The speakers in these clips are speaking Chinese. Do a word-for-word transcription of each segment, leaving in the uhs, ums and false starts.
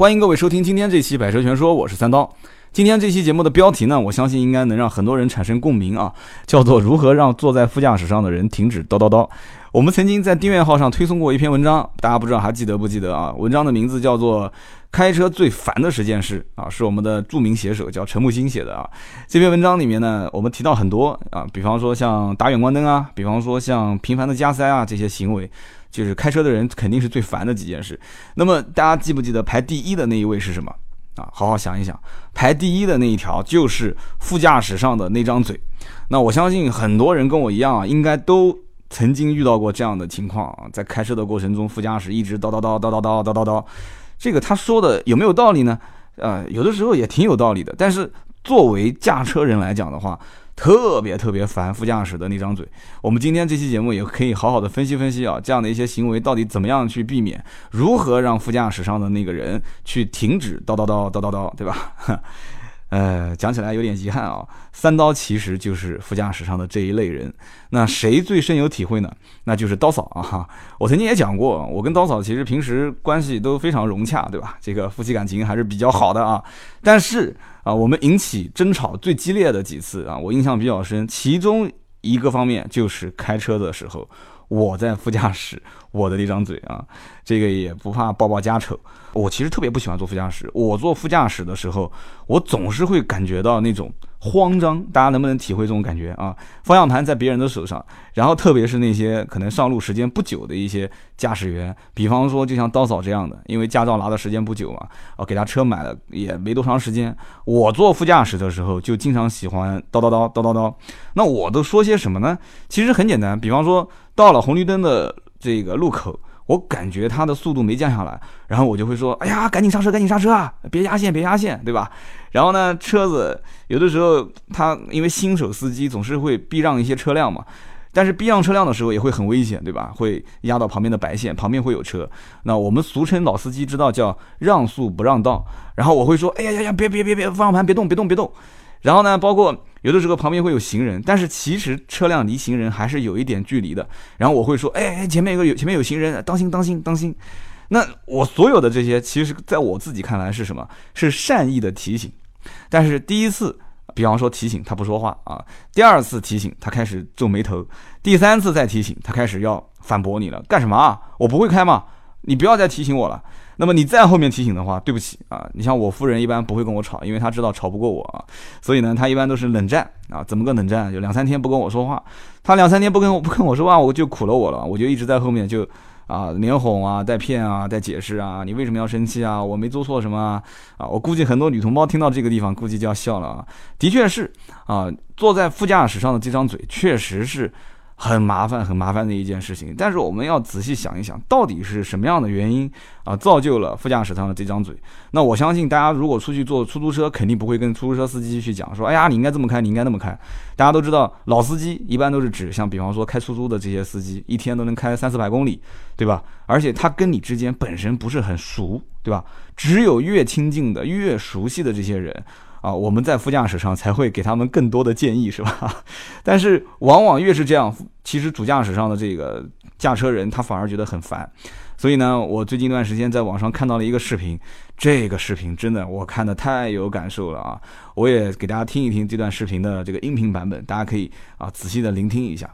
欢迎各位收听今天这期百车全说，我是三刀。今天这期节目的标题呢，我相信应该能让很多人产生共鸣啊，叫做如何让坐在副驾驶上的人停止叨叨叨。我们曾经在订阅号上推送过一篇文章，大家不知道还记得不记得啊？文章的名字叫做开车最烦的十件事啊，是我们的著名写手叫陈木星写的啊。这篇文章里面呢，我们提到很多啊，比方说像打远光灯啊，比方说像频繁的加塞啊，这些行为就是开车的人肯定是最烦的几件事。那么大家记不记得排第一的那一位是什么啊？好好想一想，排第一的那一条就是副驾驶上的那张嘴。那我相信很多人跟我一样啊，应该都曾经遇到过这样的情况啊，在开车的过程中，副驾驶一直叨叨叨叨叨叨叨叨叨。这个他说的有没有道理呢？呃，有的时候也挺有道理的，但是作为驾车人来讲的话，特别特别烦副驾驶的那张嘴。我们今天这期节目也可以好好的分析分析啊，这样的一些行为到底怎么样去避免，如何让副驾驶上的那个人去停止叨叨叨叨叨叨，对吧？呃，讲起来有点遗憾啊，三刀其实就是副驾驶上的这一类人。那谁最深有体会呢？那就是刀嫂啊！我曾经也讲过，我跟刀嫂其实平时关系都非常融洽，对吧？这个夫妻感情还是比较好的啊。但是啊，我们引起争吵最激烈的几次啊，我印象比较深。其中一个方面就是开车的时候，我在副驾驶，我的那张嘴啊，这个也不怕报报家丑。我其实特别不喜欢坐副驾驶，我坐副驾驶的时候，我总是会感觉到那种慌张，大家能不能体会这种感觉啊？方向盘在别人的手上，然后特别是那些可能上路时间不久的一些驾驶员，比方说就像刀嫂这样的，因为驾照拿的时间不久嘛，哦，给他车买了也没多长时间，我坐副驾驶的时候就经常喜欢叨叨叨叨叨叨。那我都说些什么呢？其实很简单，比方说到了红绿灯的这个路口，我感觉它的速度没降下来，然后我就会说，哎呀，赶紧刹车，赶紧刹车啊，别压线，别压线，对吧？然后呢，车子有的时候他因为新手司机总是会避让一些车辆嘛，但是避让车辆的时候也会很危险，对吧？会压到旁边的白线，旁边会有车。那我们俗称老司机知道叫让速不让道。然后我会说，哎呀呀呀，别别别别，方向盘别动，别动，别动。然后呢，包括有的时候旁边会有行人，但是其实车辆离行人还是有一点距离的。然后我会说，哎，前面有个有前面有行人，当心当心当心。那我所有的这些，其实在我自己看来是什么？是善意的提醒。但是第一次，比方说提醒他不说话啊，第二次提醒他开始皱眉头，第三次再提醒他开始要反驳你了，干什么啊？我不会开吗？你不要再提醒我了。那么你再后面提醒的话，对不起啊，你像我夫人一般不会跟我吵，因为她知道吵不过我啊，所以呢，她一般都是冷战啊。怎么个冷战？就两三天不跟我说话，她两三天不跟我不跟我说话，我就苦了我了，我就一直在后面就啊连哄啊、带骗啊、带解释啊，你为什么要生气啊？我没做错什么啊？啊，我估计很多女同胞听到这个地方，估计就要笑了啊。的确是啊，坐在副驾驶上的这张嘴，确实是很麻烦很麻烦的一件事情，但是我们要仔细想一想，到底是什么样的原因啊造就了副驾驶上的这张嘴？那我相信大家如果出去坐出租车，肯定不会跟出租车司机去讲说，哎呀，你应该这么开，你应该那么开。大家都知道，老司机一般都是指像比方说开出租的这些司机，一天都能开三四百公里，对吧？而且他跟你之间本身不是很熟，对吧？只有越亲近的、越熟悉的这些人。啊，我们在副驾驶上才会给他们更多的建议，是吧？但是往往越是这样，其实主驾驶上的这个驾车人他反而觉得很烦。所以呢，我最近一段时间在网上看到了一个视频，这个视频真的我看的太有感受了啊！我也给大家听一听这段视频的这个音频版本，大家可以啊仔细的聆听一下。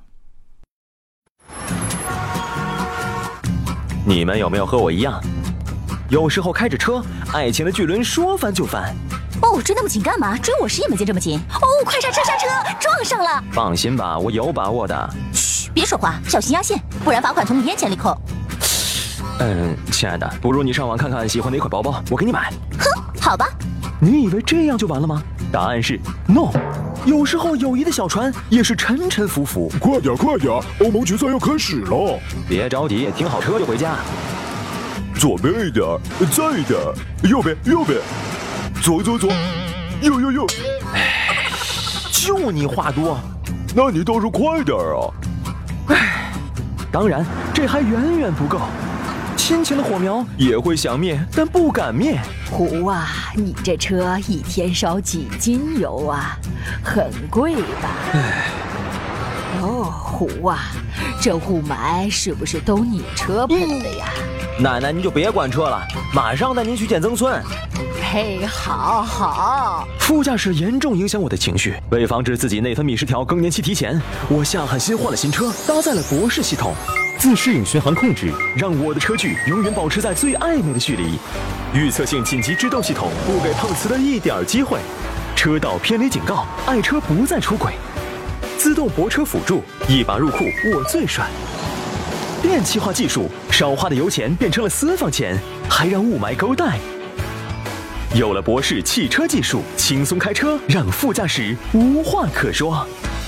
你们有没有和我一样，有时候开着车，爱情的巨轮说翻就翻？ 哦，追那么紧干嘛？追我时也没见这么紧。哦，快刹车刹车，撞上了！ 放心吧，我有把握的。 嘘，别说话，小心压线，不然罚款从你眼前里扣。 嗯，亲爱的，不如你上网看看喜欢哪款包包，我给你买。 哼，好吧。 你以为这样就完了吗？答案是 no。有时候友谊的小船也是沉沉浮浮。 快点快点，欧盟决赛要开始了。 别着急，停好车就回家。 左边一点，再一点，右边右边。左左左，右右右， 哎，就你话多， 那你倒是快点啊！ 哎，当然这还远远不够，亲情的火苗也会想灭，但不敢灭。 胡啊，你这车一天烧几斤油啊？很贵吧？ 哎， 哦，胡啊，这雾霾是不是都你车喷的呀？ 奶奶您就别管车了，马上带您去见曾孙。 嘿，好好。 副驾驶严重影响我的情绪，为防止自己内分泌失调、更年期提前，我下狠心换了新车，搭载了博士系统，自适应巡航控制，让我的车距永远保持在最暧昧的距离。预测性紧急制动系统不给碰瓷的一点机会，车道偏离警告，爱车不再出轨。自动泊车辅助，一把入库我最帅。电气化技术，少花的油钱变成了私房钱，还让雾霾勾带。有了博士汽车技术，轻松开车，让副驾驶无话可说。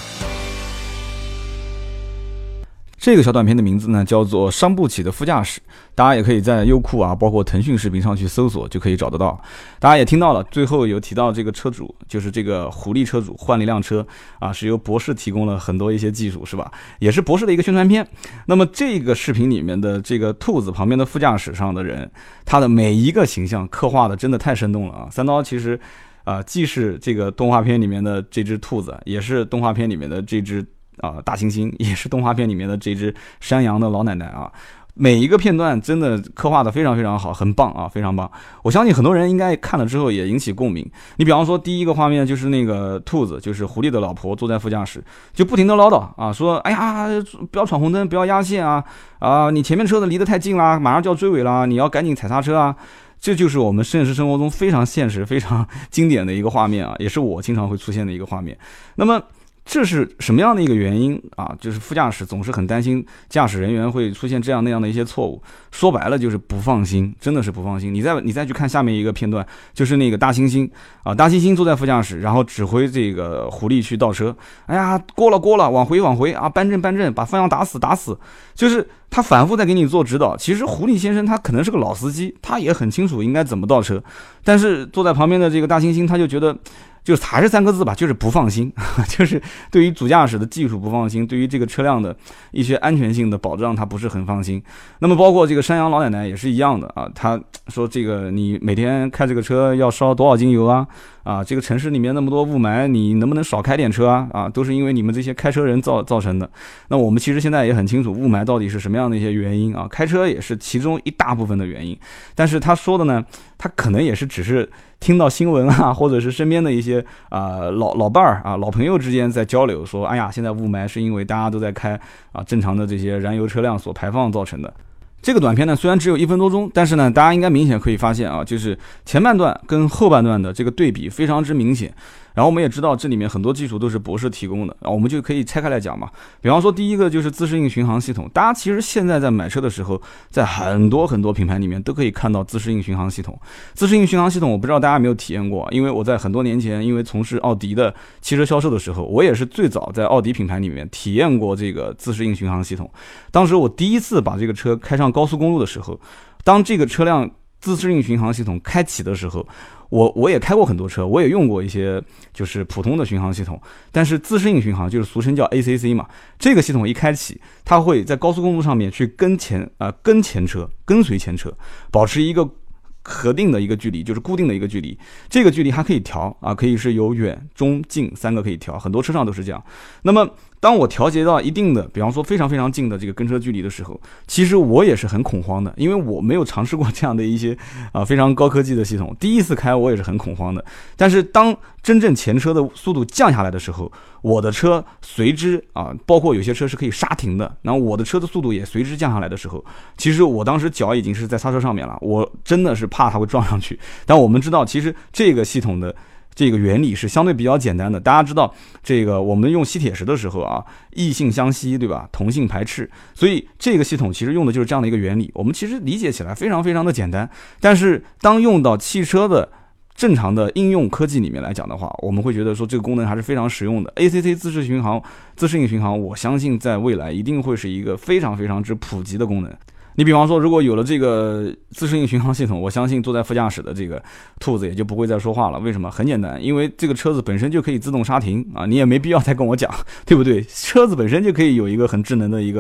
这个小短片的名字呢叫做伤不起的副驾驶，大家也可以在优酷啊包括腾讯视频上去搜索就可以找得到。大家也听到了，最后有提到这个车主，就是这个狐狸车主换了一辆车啊，是由博士提供了很多一些技术，是吧？也是博士的一个宣传片。那么这个视频里面的这个兔子旁边的副驾驶上的人，他的每一个形象刻画的真的太生动了啊！三刀其实啊，既是这个动画片里面的这只兔子，也是动画片里面的这只啊、呃，大猩猩，也是动画片里面的这只山羊的老奶奶啊，每一个片段真的刻画的非常非常好，很棒啊，非常棒。我相信很多人应该看了之后也引起共鸣。你比方说第一个画面就是那个兔子，就是狐狸的老婆坐在副驾驶，就不停的唠叨啊，说哎呀不要闯红灯，不要压线啊，啊你前面车子离得太近啦，马上就要追尾啦，你要赶紧踩刹车啊。这就是我们现实生活中非常现实、非常经典的一个画面啊，也是我经常会出现的一个画面。那么这是什么样的一个原因啊？就是副驾驶总是很担心驾驶人员会出现这样那样的一些错误，说白了就是不放心，真的是不放心。你再你再去看下面一个片段，就是那个大猩猩啊，大猩猩坐在副驾驶，然后指挥这个狐狸去倒车，哎呀过了过了，往回往回啊，扳正扳正，把方向打死打死，就是他反复在给你做指导。其实狐狸先生他可能是个老司机，他也很清楚应该怎么倒车，但是坐在旁边的这个大猩猩他就觉得。就是还是三个字吧，就是不放心，就是对于主驾驶的技术不放心，对于这个车辆的一些安全性的保障他不是很放心。那么包括这个山羊老奶奶也是一样的啊，他说这个你每天开这个车要烧多少斤油啊？啊，这个城市里面那么多雾霾，你能不能少开点车啊？啊，都是因为你们这些开车人造造成的。那我们其实现在也很清楚雾霾到底是什么样的一些原因啊，开车也是其中一大部分的原因。但是他说的呢，他可能也是只是听到新闻啊，或者是身边的一些啊、呃、老老伴儿啊老朋友之间在交流说，哎呀，现在雾霾是因为大家都在开啊正常的这些燃油车辆所排放造成的。这个短片呢，虽然只有一分多钟，但是呢，大家应该明显可以发现啊，就是前半段跟后半段的这个对比非常之明显。然后我们也知道这里面很多技术都是博士提供的，啊，我们就可以拆开来讲嘛。比方说第一个就是自适应巡航系统，大家其实现在在买车的时候，在很多很多品牌里面都可以看到自适应巡航系统。自适应巡航系统我不知道大家有没有体验过，因为我在很多年前因为从事奥迪的汽车销售的时候，我也是最早在奥迪品牌里面体验过这个自适应巡航系统。当时我第一次把这个车开上高速公路的时候，当这个车辆自适应巡航系统开启的时候，我我也开过很多车，我也用过一些就是普通的巡航系统，但是自适应巡航就是俗称叫 A C C 嘛，这个系统一开启，它会在高速公路上面去跟前啊、呃、跟前车跟随前车，保持一个核定的一个距离，就是固定的一个距离，这个距离还可以调啊，可以是由远中近三个可以调，很多车上都是这样。那么当我调节到一定的，比方说非常非常近的这个跟车距离的时候，其实我也是很恐慌的，因为我没有尝试过这样的一些啊非常高科技的系统，第一次开我也是很恐慌的。但是当真正前车的速度降下来的时候，我的车随之啊，包括有些车是可以刹停的，然后我的车的速度也随之降下来的时候，其实我当时脚已经是在刹车上面了，我真的是怕它会撞上去。但我们知道，其实这个系统的这个原理是相对比较简单的。大家知道，这个我们用吸铁石的时候啊，异性相吸，对吧？同性排斥，所以这个系统其实用的就是这样的一个原理。我们其实理解起来非常非常的简单，但是当用到汽车的正常的应用科技里面来讲的话，我们会觉得说这个功能还是非常实用的。A C C 自适巡航、自适应巡航，我相信在未来一定会是一个非常非常之普及的功能。你比方说，如果有了这个自适应巡航系统，我相信坐在副驾驶的这个兔子也就不会再说话了。为什么？很简单，因为这个车子本身就可以自动刹停啊，你也没必要再跟我讲，对不对？车子本身就可以有一个很智能的一个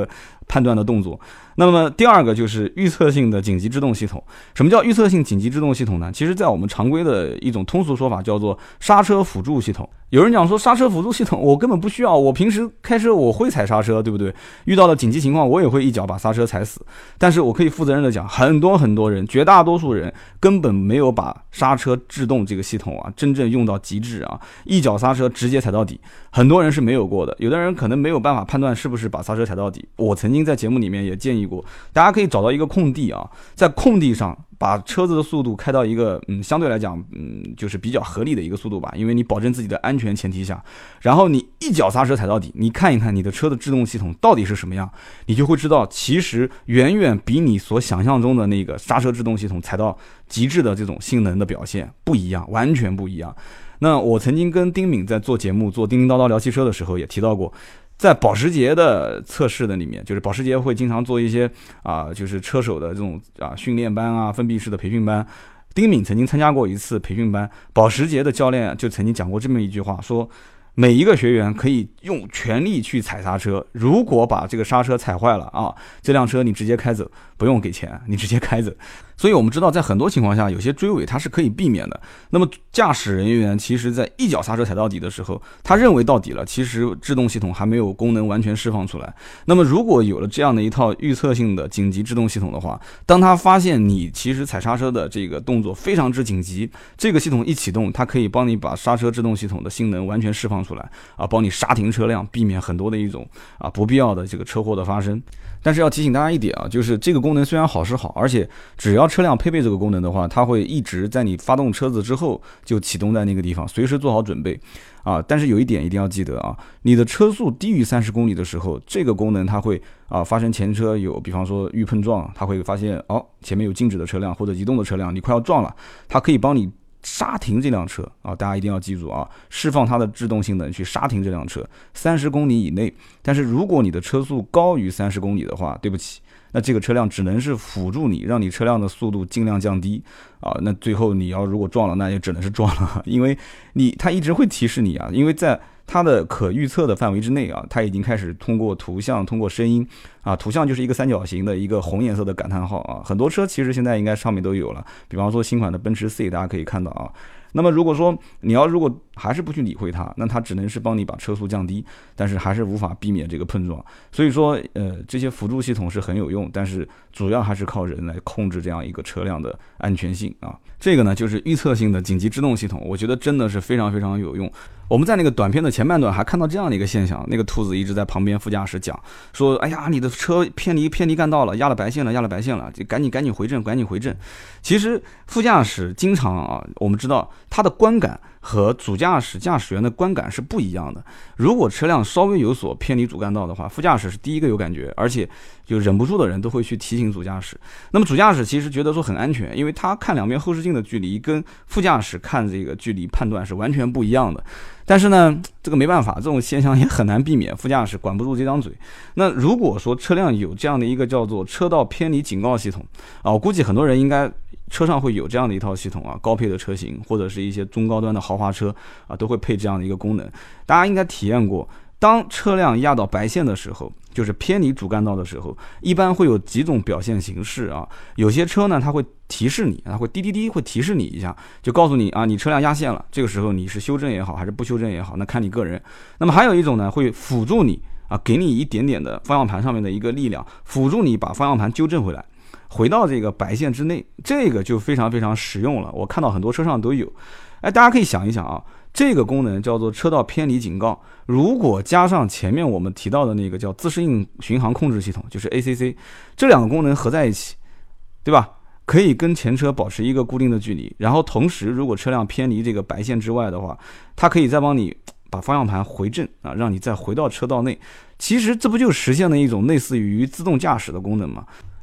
判断的动作。那么第二个就是预测性的紧急制动系统。什么叫预测性紧急制动系统呢？其实在我们常规的一种通俗说法叫做刹车辅助系统。有人讲说刹车辅助系统我根本不需要，我平时开车我会踩刹车，对不对？遇到了紧急情况我也会一脚把刹车踩死。但是我可以负责任的讲，很多很多人，绝大多数人根本没有把刹车制动这个系统啊真正用到极致啊，一脚刹车直接踩到底，很多人是没有过的。有的人可能没有办法判断是不是把刹车踩到底。我曾经在节目里面也建议过，大家可以找到一个空地啊，在空地上把车子的速度开到一个嗯相对来讲嗯就是比较合理的一个速度吧，因为你保证自己的安全前提下，然后你一脚刹车踩到底，你看一看你的车的制动系统到底是什么样，你就会知道其实远远比你所想象中的那个刹车制动系统踩到极致的这种性能的表现不一样，完全不一样。那我曾经跟丁敏在做节目做叮叮叨叨聊汽车的时候也提到过，在保时捷的测试的里面，就是保时捷会经常做一些啊，就是车手的这种啊训练班啊，封闭式的培训班。丁敏曾经参加过一次培训班，保时捷的教练就曾经讲过这么一句话，说每一个学员可以用全力去踩刹车，如果把这个刹车踩坏了啊，这辆车你直接开走，不用给钱，你直接开走。所以我们知道在很多情况下有些追尾它是可以避免的。那么驾驶人员其实在一脚刹车踩到底的时候，他认为到底了，其实制动系统还没有功能完全释放出来。那么如果有了这样的一套预测性的紧急制动系统的话，当他发现你其实踩刹车的这个动作非常之紧急，这个系统一启动，它可以帮你把刹车制动系统的性能完全释放出来啊，帮你刹停车辆，避免很多的一种啊不必要的这个车祸的发生。但是要提醒大家一点啊，就是这个功能虽然好是好，而且只要车辆配备这个功能的话，它会一直在你发动车子之后就启动在那个地方，随时做好准备啊。但是有一点一定要记得啊，你的车速低于三十公里的时候，这个功能它会啊发生前车有比方说预碰撞，它会发现哦前面有静止的车辆或者移动的车辆，你快要撞了，它可以帮你刹停这辆车啊，大家一定要记住啊，释放它的制动性能去刹停这辆车三十公里以内。但是如果你的车速高于三十公里的话，对不起，那这个车辆只能是辅助你，让你车辆的速度尽量降低啊。那最后你要如果撞了，那也只能是撞了，因为你它一直会提示你啊，因为在它的可预测的范围之内啊，它已经开始通过图像、通过声音啊，图像就是一个三角形的一个红颜色的感叹号啊，很多车其实现在应该上面都有了，比方说新款的奔驰 C， 大家可以看到啊。那么如果说你要如果还是不去理会它，那它只能是帮你把车速降低，但是还是无法避免这个碰撞。所以说呃这些辅助系统是很有用，但是主要还是靠人来控制这样一个车辆的安全性啊。这个呢就是预测性的紧急制动系统，我觉得真的是非常非常有用。我们在那个短片的前半段还看到这样的一个现象，那个兔子一直在旁边副驾驶讲说，哎呀你的车偏离偏离干道了，压了白线了压了白线了，就赶紧赶紧回正赶紧回正。其实副驾驶经常啊，我们知道他的观感和主驾驶驾驶员的观感是不一样的。如果车辆稍微有所偏离主干道的话，副驾驶是第一个有感觉，而且就忍不住的人都会去提醒主驾驶。那么主驾驶其实觉得说很安全，因为他看两边后视镜的距离跟副驾驶看这个距离判断是完全不一样的。但是呢这个没办法，这种现象也很难避免，副驾驶管不住这张嘴。那如果说车辆有这样的一个叫做车道偏离警告系统啊，我估计很多人应该车上会有这样的一套系统啊，高配的车型或者是一些中高端的豪华车啊，都会配这样的一个功能。大家应该体验过，当车辆压到白线的时候，就是偏离主干道的时候，一般会有几种表现形式啊。有些车呢，它会提示你，它会滴滴滴会提示你一下，就告诉你啊，你车辆压线了。这个时候你是修正也好，还是不修正也好，那看你个人。那么还有一种呢，会辅助你啊，给你一点点的方向盘上面的一个力量，辅助你把方向盘纠正回来，回到这个白线之内，这个就非常非常实用了。我看到很多车上都有。哎，大家可以想一想啊，这个功能叫做车道偏离警告，如果加上前面我们提到的那个叫自适应巡航控制系统，就是 A C C， 这两个功能合在一起，对吧？可以跟前车保持一个固定的距离，然后同时如果车辆偏离这个白线之外的话，它可以再帮你把方向盘回正啊，让你再回到车道内。其实这不就实现了一种类似于自动驾驶的功能吗？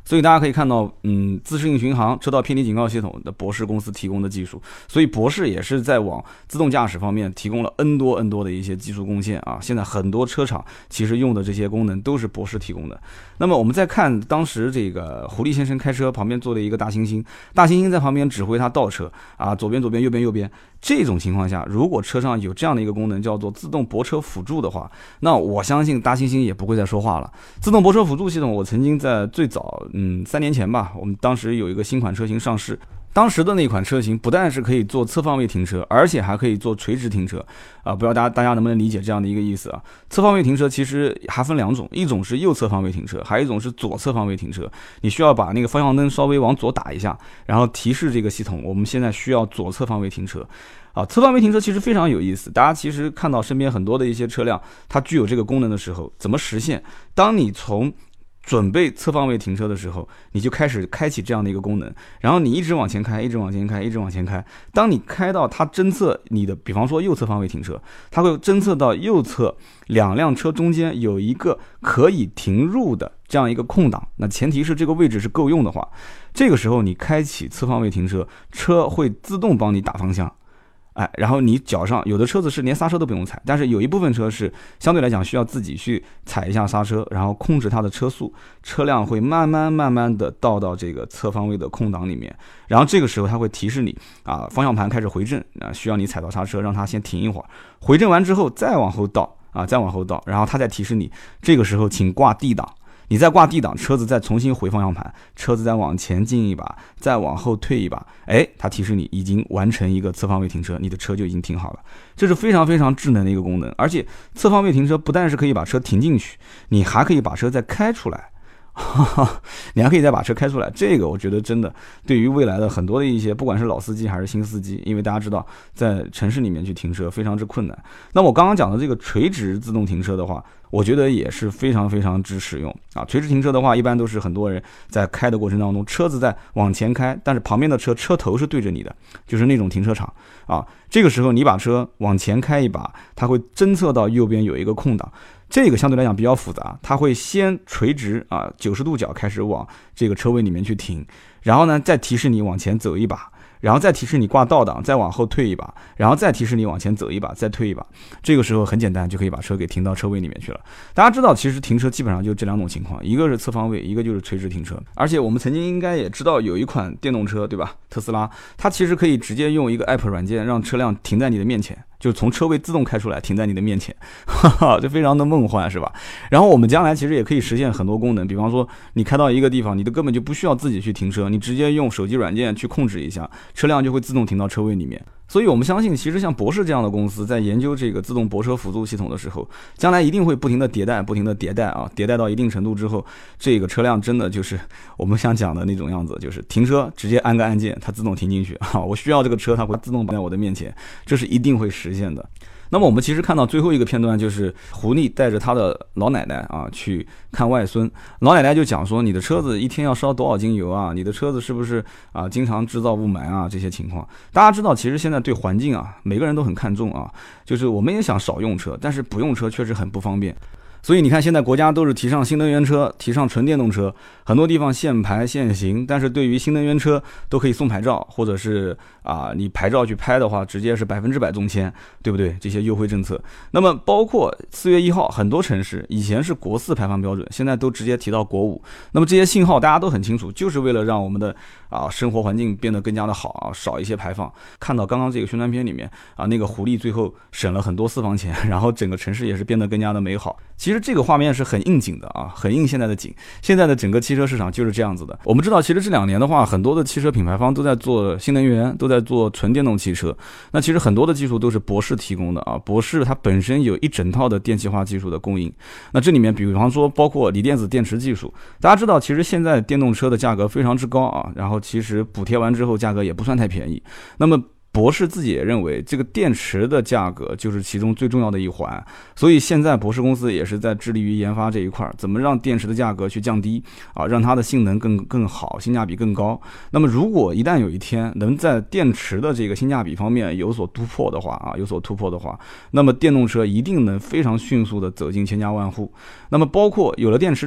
所以大家可以看到，嗯，自适应巡航、车道偏离警告系统的博世公司提供的技术，所以博世也是在往自动驾驶方面提供了 N 多 N 多的一些技术贡献啊。现在很多车厂其实用的这些功能都是博世提供的。那么我们再看当时这个狐狸先生开车，旁边坐了一个大猩猩，大猩猩在旁边指挥他倒车啊，左边左边右边右边。这种情况下，如果车上有这样的一个功能叫做自动泊车辅助的话，那我相信大猩猩也不会再说话了。自动泊车辅助系统，我曾经在最早，嗯，三年前吧，我们当时有一个新款车型上市。当时的那款车型不但是可以做侧方位停车，而且还可以做垂直停车啊！不知道大家大家能不能理解这样的一个意思啊？侧方位停车其实还分两种，一种是右侧方位停车，还有一种是左侧方位停车。你需要把那个方向灯稍微往左打一下，然后提示这个系统，我们现在需要左侧方位停车。啊，侧方位停车其实非常有意思，大家其实看到身边很多的一些车辆，它具有这个功能的时候，怎么实现？当你从准备侧方位停车的时候，你就开始开启这样的一个功能，然后你一直往前开，一直往前开，一直往前开。当你开到它侦测你的，比方说右侧方位停车，它会侦测到右侧两辆车中间有一个可以停入的这样一个空档，那前提是这个位置是够用的话，这个时候你开启侧方位停车，车会自动帮你打方向。哎，然后你脚上有的车子是连刹车都不用踩，但是有一部分车是相对来讲需要自己去踩一下刹车，然后控制它的车速，车辆会慢慢慢慢的倒到这个侧方位的空档里面，然后这个时候它会提示你啊，方向盘开始回正啊，需要你踩到刹车，让它先停一会儿，回正完之后再往后倒啊，再往后倒，然后它再提示你，这个时候请挂 D 档。你再挂 D 档，车子再重新回方向盘，车子再往前进一把，再往后退一把，哎，它提示你已经完成一个侧方位停车，你的车就已经停好了。这是非常非常智能的一个功能，而且侧方位停车不但是可以把车停进去，你还可以把车再开出来。你还可以再把车开出来，这个我觉得真的对于未来的很多的一些不管是老司机还是新司机，因为大家知道在城市里面去停车非常之困难。那我刚刚讲的这个垂直自动停车的话，我觉得也是非常非常之实用啊。垂直停车的话，一般都是很多人在开的过程当中，车子在往前开，但是旁边的车车头是对着你的，就是那种停车场啊。这个时候你把车往前开一把，它会侦测到右边有一个空档。这个相对来讲比较复杂，它会先垂直啊九十度角开始往这个车位里面去停，然后呢再提示你往前走一把，然后再提示你挂倒档，再往后退一把，然后再提示你往前走一把，再退一把。这个时候很简单，就可以把车给停到车位里面去了。大家知道，其实停车基本上就这两种情况，一个是侧方位，一个就是垂直停车。而且我们曾经应该也知道有一款电动车，对吧？特斯拉，它其实可以直接用一个 app 软件让车辆停在你的面前。就从车位自动开出来，停在你的面前，哈哈，这非常的梦幻，是吧？然后我们将来其实也可以实现很多功能，比方说你开到一个地方，你都根本就不需要自己去停车，你直接用手机软件去控制一下，车辆就会自动停到车位里面。所以我们相信，其实像博世这样的公司在研究这个自动泊车辅助系统的时候，将来一定会不停的迭代，不停的迭代啊，迭代到一定程度之后，这个车辆真的就是我们想讲的那种样子，就是停车直接按个按键，它自动停进去啊，我需要这个车，它会自动摆在我的面前，这是一定会实现的。那么我们其实看到最后一个片段，就是狐狸带着他的老奶奶啊去看外孙，老奶奶就讲说，你的车子一天要烧多少斤油啊？你的车子是不是啊经常制造雾霾啊？这些情况，大家知道，其实现在对环境啊，每个人都很看重啊，就是我们也想少用车，但是不用车确实很不方便。所以你看，现在国家都是提倡新能源车，提倡纯电动车，很多地方限牌限行，但是对于新能源车都可以送牌照，或者是啊，你牌照去拍的话，直接是百分之百中签，对不对？这些优惠政策。那么包括四月一号，很多城市以前是国四排放标准，现在都直接提到国五。那么这些信号大家都很清楚，就是为了让我们的啊生活环境变得更加的好啊，少一些排放。看到刚刚这个宣传片里面啊，那个狐狸最后省了很多私房钱，然后整个城市也是变得更加的美好。其实这个画面是很应景的啊，很应现在的景。现在的整个汽车市场就是这样子的。我们知道，其实这两年的话，很多的汽车品牌方都在做新能源，都在做纯电动汽车。那其实很多的技术都是博世提供的啊，博世它本身有一整套的电气化技术的供应。那这里面，比方说包括锂电子电池技术，大家知道，其实现在电动车的价格非常之高啊，然后其实补贴完之后价格也不算太便宜。那么博世自己也认为，这个电池的价格就是其中最重要的一环，所以现在博世公司也是在致力于研发这一块，怎么让电池的价格去降低啊，让它的性能更更好，性价比更高。那么如果一旦有一天能在电池的这个性价比方面有所突破的话啊，有所突破的话，那么电动车一定能非常迅速的走进千家万户。那么包括有了电池之后，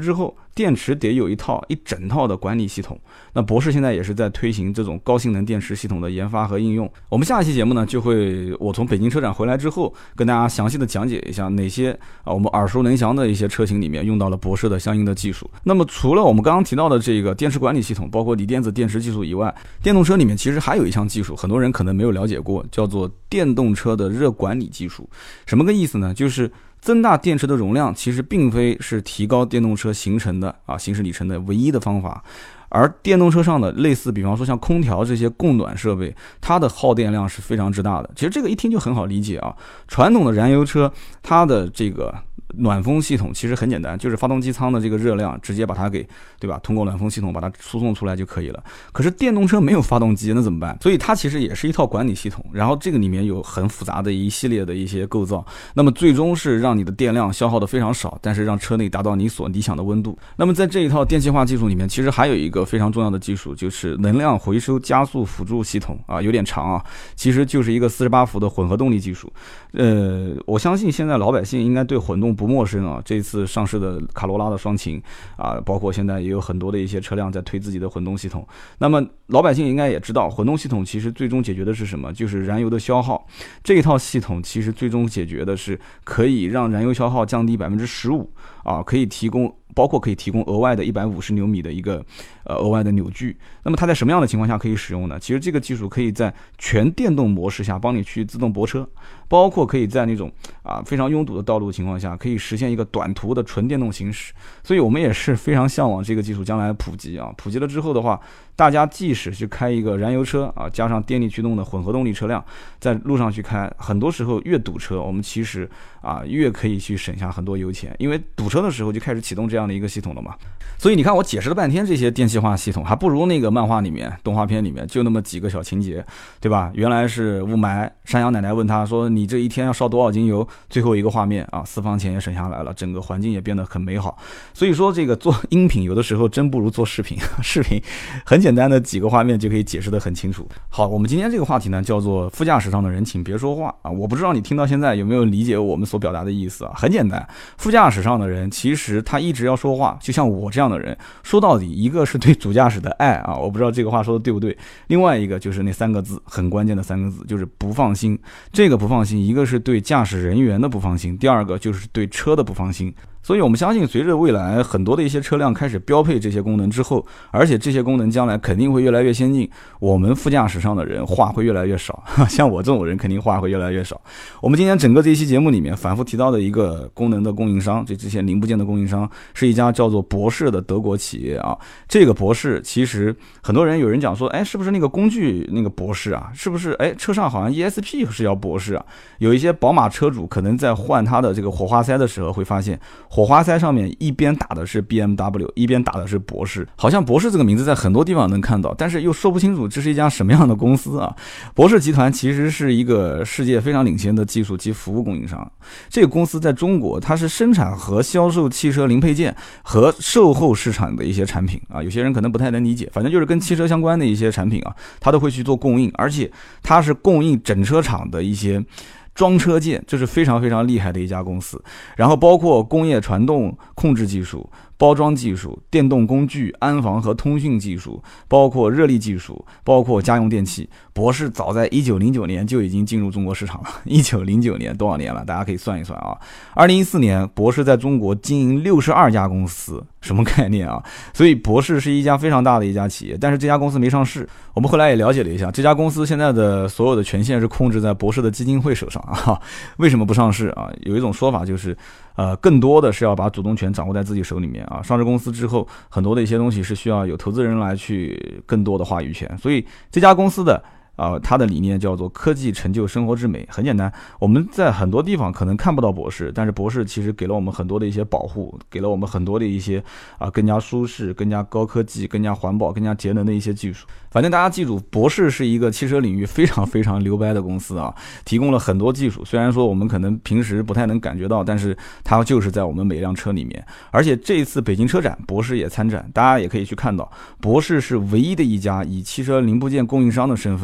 电池得有一套一整套的管理系统。那博士现在也是在推行这种高性能电池系统的研发和应用。我们下一期节目呢，就会我从北京车展回来之后，跟大家详细的讲解一下哪些啊我们耳熟能详的一些车型里面用到了博士的相应的技术。那么除了我们刚刚提到的这个电池管理系统，包括锂电子电池技术以外，电动车里面其实还有一项技术，很多人可能没有了解过，叫做电动车的热管理技术。什么个意思呢？就是增大电池的容量其实并非是提高电动车行程的啊行驶里程的唯一的方法，而电动车上的类似比方说像空调这些供暖设备，它的耗电量是非常之大的。其实这个一听就很好理解啊，传统的燃油车它的这个暖风系统其实很简单，就是发动机舱的这个热量直接把它给对吧，通过暖风系统把它输送出来就可以了。可是电动车没有发动机，那怎么办？所以它其实也是一套管理系统，然后这个里面有很复杂的一系列的一些构造，那么最终是让你的电量消耗的非常少，但是让车内达到你所理想的温度。那么在这一套电气化技术里面，其实还有一个非常重要的技术，就是能量回收加速辅助系统啊，有点长啊，其实就是一个四十八伏的混合动力技术。呃，我相信现在老百姓应该对混动不陌生啊。这次上市的卡罗拉的双擎啊，包括现在也有很多的一些车辆在推自己的混动系统。那么老百姓应该也知道，混动系统其实最终解决的是什么？就是燃油的消耗。这一套系统其实最终解决的是可以让燃油消耗降低百分之十五啊，可以提供。包括可以提供额外的一百五十牛米的一个呃额外的扭矩。那么它在什么样的情况下可以使用呢？其实这个技术可以在全电动模式下帮你去自动泊车，包括可以在那种啊非常拥堵的道路情况下，可以实现一个短途的纯电动行驶。所以我们也是非常向往这个技术将来普及啊。普及了之后的话，大家即使去开一个燃油车啊，加上电力驱动的混合动力车辆，在路上去开，很多时候越堵车，我们其实啊越可以去省下很多油钱，因为堵车的时候就开始启动这样的一个系统了嘛。所以你看我解释了半天这些电气化系统，还不如那个漫画里面动画片里面就那么几个小情节，对吧？原来是雾霾，山羊奶奶问他说你这一天要烧多少斤油，最后一个画面啊，私房钱也省下来了，整个环境也变得很美好。所以说这个做音频有的时候真不如做视频，视频很简单的几个画面就可以解释得很清楚。好，我们今天这个话题呢叫做副驾驶上的人请别说话啊，我不知道你听到现在有没有理解我们所表达的意思啊？很简单，副驾驶上的人其实他一直要说话，就像我这样的人，说到底一个是对主驾驶的爱啊，我不知道这个话说的对不对，另外一个就是那三个字，很关键的三个字，就是不放心。这个不放心，一个是对驾驶人员的不放心，第二个就是对车的不放心。所以我们相信随着未来很多的一些车辆开始标配这些功能之后，而且这些功能将来肯定会越来越先进，我们副驾驶上的人话会越来越少，像我这种人肯定话会越来越少。我们今天整个这一期节目里面反复提到的一个功能的供应商，这这些零部件的供应商是一家叫做博世的德国企业啊。这个博世其实很多人有人讲说，哎，是不是那个工具那个博世啊？是不是哎车上好像 E S P 是要博世啊？有一些宝马车主可能在换他的这个火花塞的时候会发现，火花塞上面一边打的是 B M W， 一边打的是博世，好像博世这个名字在很多地方能看到，但是又说不清楚这是一家什么样的公司啊。博世集团其实是一个世界非常领先的技术及服务供应商，这个公司在中国它是生产和销售汽车零配件和售后市场的一些产品啊，有些人可能不太能理解，反正就是跟汽车相关的一些产品啊，它都会去做供应，而且它是供应整车厂的一些装车件，这是非常非常厉害的一家公司。然后包括工业传动控制技术、包装技术、电动工具、安防和通讯技术，包括热力技术，包括家用电器。博世早在一九零九年就已经进入中国市场了。一九零九年多少年了？大家可以算一算啊。二零一四年，博世在中国经营六十二家公司，什么概念啊？所以博世是一家非常大的一家企业，但是这家公司没上市。我们后来也了解了一下，这家公司现在的所有的权限是控制在博世的基金会手上啊。为什么不上市啊？有一种说法就是，呃，更多的是要把主动权掌握在自己手里面啊。上市公司之后，很多的一些东西是需要有投资人来去更多的话语权。所以这家公司的啊、呃，它的理念叫做科技成就生活之美。很简单，我们在很多地方可能看不到博世，但是博世其实给了我们很多的一些保护，给了我们很多的一些啊、呃、更加舒适、更加高科技、更加环保、更加节能的一些技术。反正大家记住，博世是一个汽车领域非常非常牛掰的公司啊，提供了很多技术。虽然说我们可能平时不太能感觉到，但是它就是在我们每辆车里面。而且这一次北京车展，博世也参展，大家也可以去看到，博世是唯一的一家以汽车零部件供应商的身份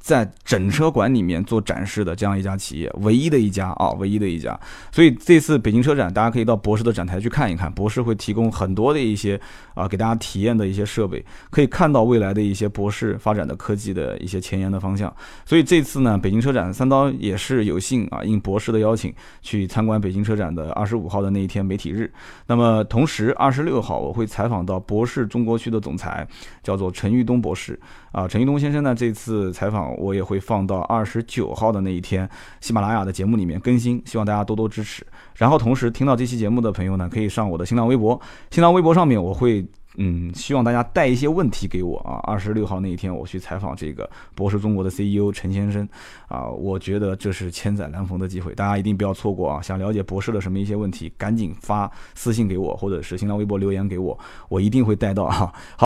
在整车馆里面做展示的这样一家企业，唯一的一家啊，唯一的一家。所以这次北京车展，大家可以到博世的展台去看一看，博世会提供很多的一些啊给大家体验的一些设备，可以看到未来的一些博世发展的科技的一些前沿的方向。所以这次呢，北京车展三刀也是有幸啊应博世的邀请去参观北京车展的二十五号的那一天媒体日。那么同时二十六号我会采访到博世中国区的总裁，叫做陈玉东博士啊。陈玉东先生呢，这次采访我也会放到二十九号的那一天喜马拉雅的节目里面更新，希望大家多多支持。然后同时听到这期节目的朋友呢，可以上我的新浪微博，新浪微博上面我会嗯，希望大家带一些问题给我啊。二十六号那一天我去采访这个博世中国的 C E O 陈先生啊，我觉得这是千载难逢的机会，大家一定不要错过啊！想了解博世的什么一些问题，赶紧发私信给我，或者是新浪微博留言给我，我一定会带到啊。好。